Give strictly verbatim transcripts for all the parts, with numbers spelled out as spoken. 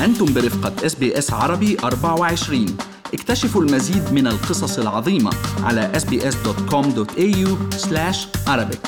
أنتم برفقة إس بي إس عربي أربعة وعشرين. اكتشفوا المزيد من القصص العظيمة على إس بي إس دوت كوم دوت إيه يو سلاش عربيك.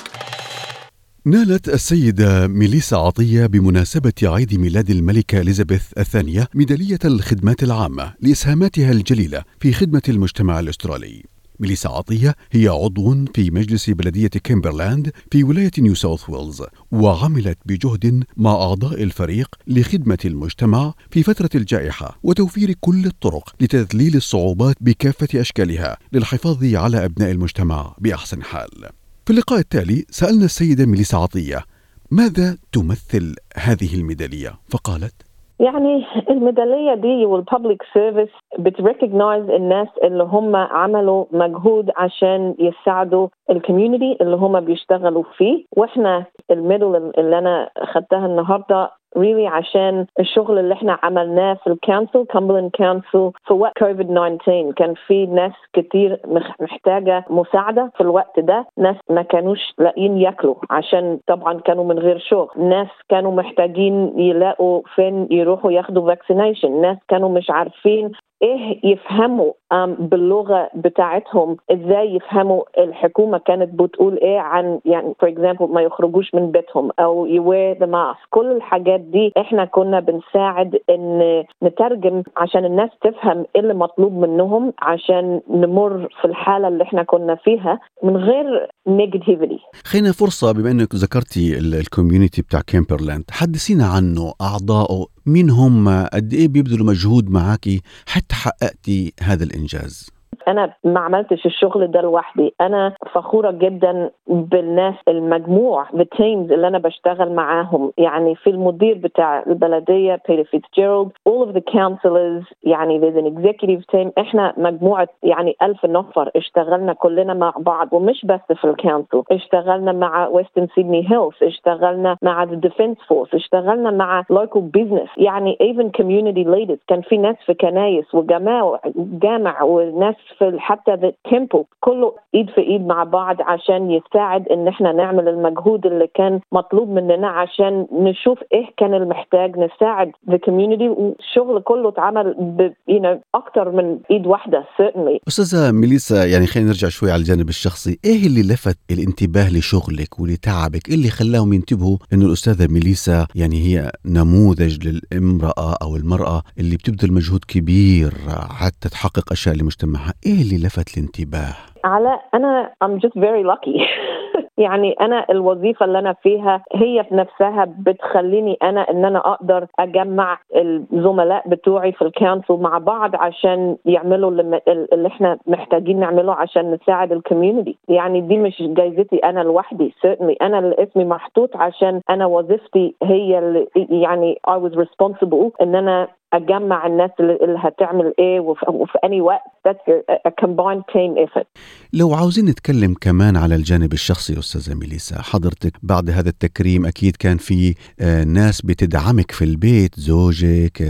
نالت السيدة ميليسا عطية بمناسبة عيد ميلاد الملكة إليزابيث الثانية ميدالية الخدمات العامة لإسهاماتها الجليلة في خدمة المجتمع الأسترالي. ميليسا عطية هي عضو في مجلس بلدية كيمبرلاند في ولاية نيو ساوث ويلز، وعملت بجهد مع أعضاء الفريق لخدمة المجتمع في فترة الجائحة وتوفير كل الطرق لتذليل الصعوبات بكافة أشكالها للحفاظ على أبناء المجتمع بأحسن حال. في اللقاء التالي سألنا السيدة ميليسا عطية ماذا تمثل هذه الميدالية، فقالت: يعني الميدالية دي والبابليك سيرفيس بتريكوجنايز الناس اللي هم عملوا مجهود عشان يساعدوا الكوميونتي اللي هم بيشتغلوا فيه، واحنا الميدل اللي انا خدتها النهارده really عشان الشغل اللي احنا عملناه في الكونسل كامبرلاند كونسل في وقت كوفيد تسعة عشر. كان في ناس كتير محتاجة مساعدة في الوقت ده، ناس ما كانوش لاقين ياكلوا عشان طبعا كانوا من غير شغل، ناس كانوا محتاجين يلاقوا فين يروحوا ياخدوا فاكسينيشن، ناس كانوا مش عارفين ايه يفهموا باللغة بتاعتهم، ازاي يفهموا الحكومة كانت بتقول ايه عن يعني for example ما يخرجوش من بيتهم او you wear the mask. كل الحاجات دي احنا كنا بنساعد ان نترجم عشان الناس تفهم ايه اللي مطلوب منهم عشان نمر في الحالة اللي احنا كنا فيها من غير negativity. خلينا فرصة بما انك ذكرتي الكوميونتي بتاع كيمبرلاند، حدثينا عنه، اعضائه مين هم، قد ايه بيبذلوا مجهود معاكي حتى حققتي هذا الانجاز؟ أنا ما عملتش الشغل ده لوحدي، أنا فخورة جدا بالناس المجموع بالتيمز اللي أنا بشتغل معاهم. يعني في المدير بتاع البلدية بيتر فيتزجيرالد، all of the councillors، يعني there's an executive team، إحنا مجموعة يعني ألف نفر اشتغلنا كلنا مع بعض، ومش بس في الكونسل، اشتغلنا مع ويسترن سيدني هيلز، اشتغلنا مع the defense force، اشتغلنا مع local business، يعني even community leaders. كان في ناس في كنايس وجماعة جامع وناس في حتى التمبل، كله ايد في ايد مع بعض عشان يساعد ان احنا نعمل المجهود اللي كان مطلوب مننا عشان نشوف ايه كان المحتاج نساعد the community. والشغل كله اتعمل ب you know اكتر من ايد واحده certainly. استاذه ميليسا، يعني خلينا نرجع شوي على الجانب الشخصي، ايه اللي لفت الانتباه لشغلك ولتعبك؟ ايه اللي خلاهم ينتبهوا انه الاستاذه ميليسا يعني هي نموذج للامراه او المراه اللي بتبذل مجهود كبير حتى تحقق اشياء لمجتمعها؟ ايه اللي لفت الانتباه؟ على أنا I'm just very lucky. يعني أنا الوظيفة اللي أنا فيها هي في نفسها بتخليني أنا إن أنا أقدر أجمع الزملاء بتوعي في الكونسل مع بعض عشان يعملوا اللي إحنا محتاجين نعمله عشان نساعد الكوميونتي. يعني دي مش جايزتي أنا لوحدي certainly، أنا اللي اسمي محطوط عشان أنا وظيفتي هي اللي يعني I was responsible إن أنا أجمع الناس اللي هتعمل إيه وفي أي وقت. That's a combined team effort. لو عاوزين نتكلم كمان على الجانب الشخصي أستاذة ميليسا، حضرتك بعد هذا التكريم أكيد كان في ناس بتدعمك في البيت، زوجك،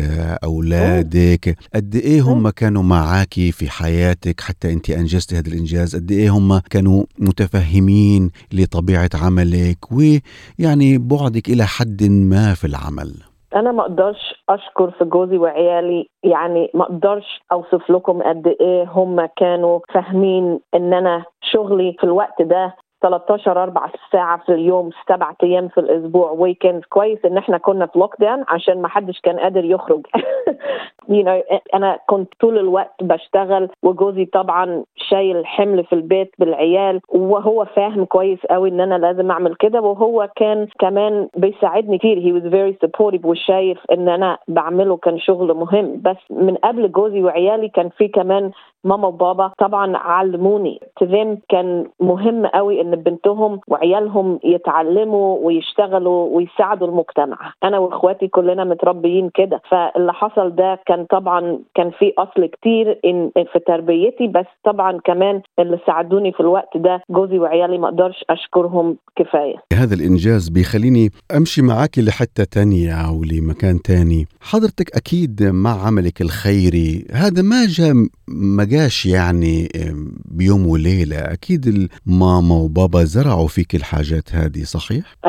أولادك، قد إيه هم كانوا معاكي في حياتك حتى أنت أنجزت هذا الإنجاز؟ قد إيه هم كانوا متفهمين لطبيعة عملك ويعني بعدك إلى حد ما في العمل؟ أنا ما أقدرش أشكر في جوزي وعيالي، يعني ما أقدرش أوصف لكم قد إيه هم كانوا فاهمين إن أنا شغلي في الوقت ده ثلاثة عشر أربع ساعة في اليوم، سبعة أيام في الأسبوع، ويكند. كويس إن إحنا كنا في لوك داون عشان ما حدش كان قادر يخرج. you know, أنا كنت طول الوقت بشتغل، وجوزي طبعا شايل حمل في البيت بالعيال، وهو فاهم كويس قوي إن أنا لازم أعمل كده، وهو كان كمان بيساعدني كتير. he was very supportive وشايف إن أنا بعمله كان شغل مهم. بس من قبل جوزي وعيالي كان في كمان ماما وبابا طبعا علموني. تذم كان مهم قوي إن بنتهم وعيالهم يتعلموا ويشتغلوا ويساعدوا المجتمع. أنا وإخواتي كلنا متربيين كده، فاللي حصل ده كان طبعا كان في أصل كتير إن في تربيتي، بس طبعا كمان اللي ساعدوني في الوقت ده جوزي وعيالي ما أقدرش أشكرهم كفاية. هذا الإنجاز بيخليني أمشي معاك لحتة تانية أو لمكان تاني. حضرتك أكيد مع عملك الخيري هذا ما جاء ما جاش يعني بيوم وليلة، أكيد الماما وبابا زرعوا فيك الحاجات هذه، صحيح؟ أيوة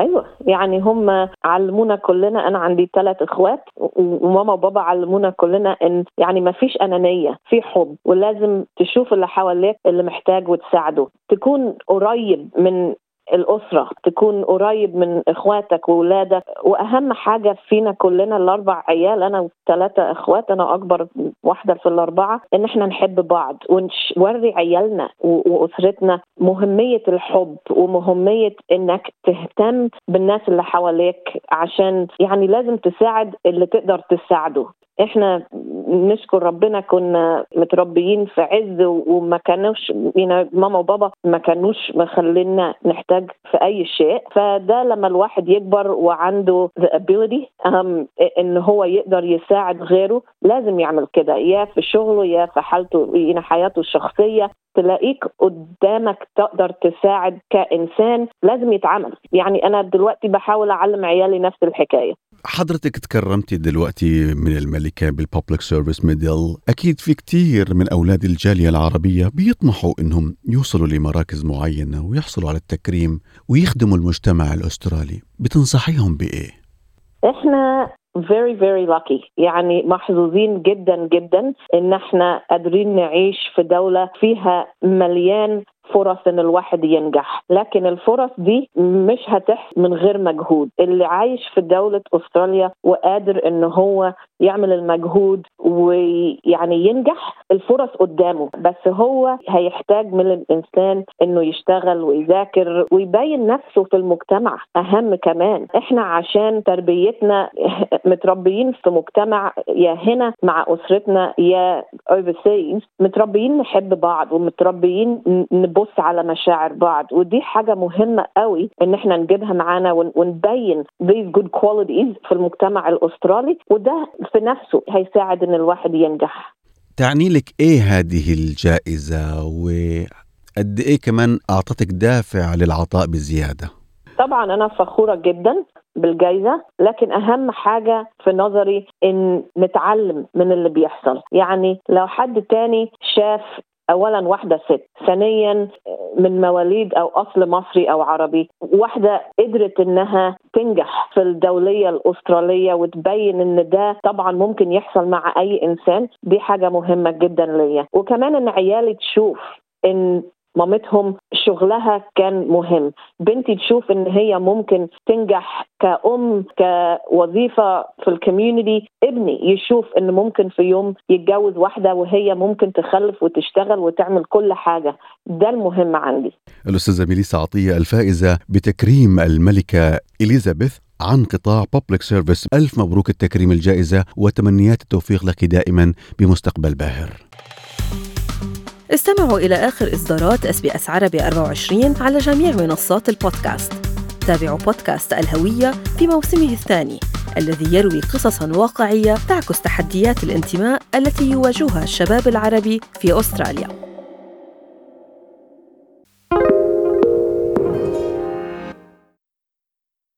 يعني هم علمونا كلنا، أنا عندي ثلاث إخوات وماما وبابا علمونا كلنا إن يعني ما فيش أنانية، في حب، ولازم تشوف اللي حواليك اللي محتاج وتساعده، تكون قريب من الأسرة، تكون قريب من إخواتك وولادك. وأهم حاجة فينا كلنا الأربع عيال، أنا وثلاثة إخوات، أنا أكبر واحدة في الأربعة، إن إحنا نحب بعض ونوري عيالنا وأسرتنا مهمية الحب ومهمية إنك تهتم بالناس اللي حواليك، عشان يعني لازم تساعد اللي تقدر تساعده. احنا نشكر ربنا كنا متربيين في عز وما كانوش يعني ماما وبابا ما كانوش مخلينا نحتاج في اي شيء. فده لما الواحد يكبر وعنده the ability um, ان هو يقدر يساعد غيره، لازم يعمل كده، يا في شغله يا في حالته يعني حياته الشخصية. تلاقيك قدامك تقدر تساعد كإنسان، لازم يتعمل. يعني أنا دلوقتي بحاول أعلم عيالي نفس الحكاية. حضرتك تكرمتي دلوقتي من الملكة بالبابليك سيرفيس ميدل، أكيد في كتير من أولاد الجالية العربية بيطمحوا إنهم يوصلوا لمراكز معينة ويحصلوا على التكريم ويخدموا المجتمع الأسترالي، بتنصحيهم بإيه؟ إحنا very very lucky، يعني محظوظين جدا جدا إن إحنا قادرين نعيش في دولة فيها مليان فرص ان الواحد ينجح، لكن الفرص دي مش هتحصل من غير مجهود. اللي عايش في دولة أستراليا وقادر ان هو يعمل المجهود ويعني ينجح، الفرص قدامه، بس هو هيحتاج من الإنسان انه يشتغل ويذاكر ويبين نفسه في المجتمع. اهم كمان احنا عشان تربيتنا متربيين في مجتمع، يا هنا مع أسرتنا يا overseas، متربيين نحب بعض ومتربيين نبص على مشاعر بعض، ودي حاجة مهمة قوي ان احنا نجيبها معانا ونبين these good qualities في المجتمع الأسترالي، وده في نفسه هيساعد ان الواحد ينجح. تعني لك ايه هذه الجائزة، وقد ايه كمان اعطتك دافع للعطاء بزيادة؟ طبعا أنا فخورة جدا بالجائزة، لكن أهم حاجة في نظري إن نتعلم من اللي بيحصل. يعني لو حد تاني شاف أولا واحدة ست، ثانيا من مواليد أو أصل مصري أو عربي، واحدة قدرت إنها تنجح في الدولية الأسترالية وتبين إن ده طبعا ممكن يحصل مع أي إنسان، دي حاجة مهمة جدا ليا. وكمان إن عيالي تشوف إن مامتهم شغلها كان مهم، بنتي تشوف ان هي ممكن تنجح كأم كوظيفة في الكوميونتي، ابني يشوف ان ممكن في يوم يتجوز واحدة وهي ممكن تخلف وتشتغل وتعمل كل حاجة. ده المهم عندي. الأستاذة ميليسا عطية الفائزة بتكريم الملكة إليزابيث عن قطاع بابليك سيرفيس، ألف مبروك التكريم الجائزة وتمنيات التوفيق لك دائما بمستقبل باهر. استمعوا إلى آخر إصدارات إس بي إس عربي أربعة وعشرين على جميع منصات البودكاست. تابعوا بودكاست الهوية في موسمه الثاني الذي يروي قصصاً واقعية تعكس تحديات الانتماء التي يواجهها الشباب العربي في أستراليا.